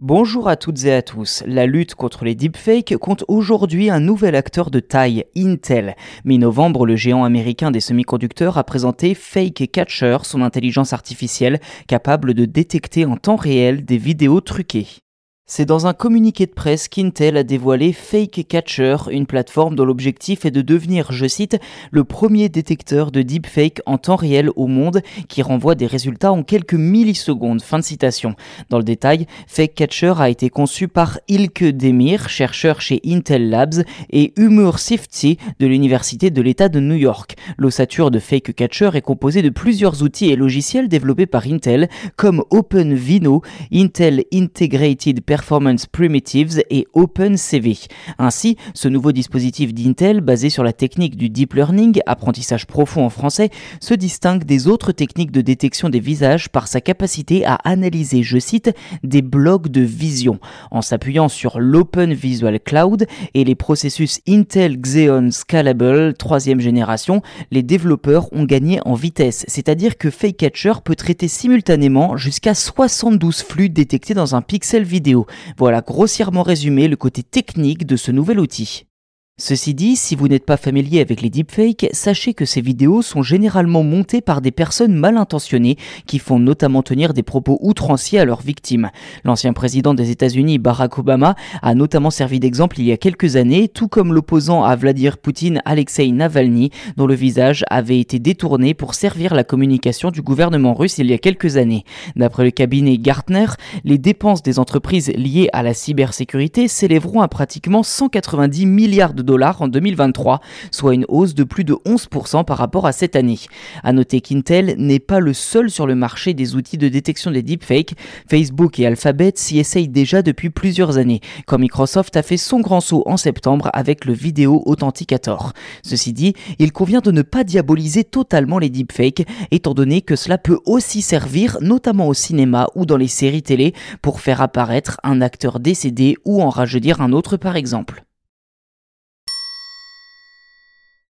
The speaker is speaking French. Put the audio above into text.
Bonjour à toutes et à tous. La lutte contre les deepfakes compte aujourd'hui un nouvel acteur de taille, Intel. Mi-novembre, le géant américain des semi-conducteurs a présenté Fake Catcher, son intelligence artificielle capable de détecter en temps réel des vidéos truquées. C'est dans un communiqué de presse qu'Intel a dévoilé Fake Catcher, une plateforme dont l'objectif est de devenir, je cite, le premier détecteur de deepfake en temps réel au monde qui renvoie des résultats en quelques millisecondes. Fin de citation. Dans le détail, Fake Catcher a été conçu par Ilke Demir, chercheur chez Intel Labs, et Umur Sifty de l'Université de l'État de New York. L'ossature de Fake Catcher est composée de plusieurs outils et logiciels développés par Intel, comme OpenVINO, Intel Integrated Performance Primitives et OpenCV. Ainsi, ce nouveau dispositif d'Intel, basé sur la technique du deep learning, apprentissage profond en français, se distingue des autres techniques de détection des visages par sa capacité à analyser, je cite, des blocs de vision. En s'appuyant sur l'Open Visual Cloud et les processus Intel Xeon Scalable 3e génération, les développeurs ont gagné en vitesse, c'est-à-dire que Fake Catcher peut traiter simultanément jusqu'à 72 flux détectés dans un pixel vidéo. Voilà grossièrement résumé le côté technique de ce nouvel outil. Ceci dit, si vous n'êtes pas familier avec les deepfakes, sachez que ces vidéos sont généralement montées par des personnes mal intentionnées qui font notamment tenir des propos outranciers à leurs victimes. L'ancien président des États-Unis, Barack Obama, a notamment servi d'exemple il y a quelques années, tout comme l'opposant à Vladimir Poutine, Alexei Navalny, dont le visage avait été détourné pour servir la communication du gouvernement russe il y a quelques années. D'après le cabinet Gartner, les dépenses des entreprises liées à la cybersécurité s'élèveront à pratiquement 190 milliards de dollars en 2023, soit une hausse de plus de 11% par rapport à cette année. À noter qu'Intel n'est pas le seul sur le marché des outils de détection des deepfakes. Facebook et Alphabet s'y essayent déjà depuis plusieurs années, quand Microsoft a fait son grand saut en septembre avec le Video Authenticator. Ceci dit, il convient de ne pas diaboliser totalement les deepfakes, étant donné que cela peut aussi servir, notamment au cinéma ou dans les séries télé, pour faire apparaître un acteur décédé ou en rajeunir un autre par exemple.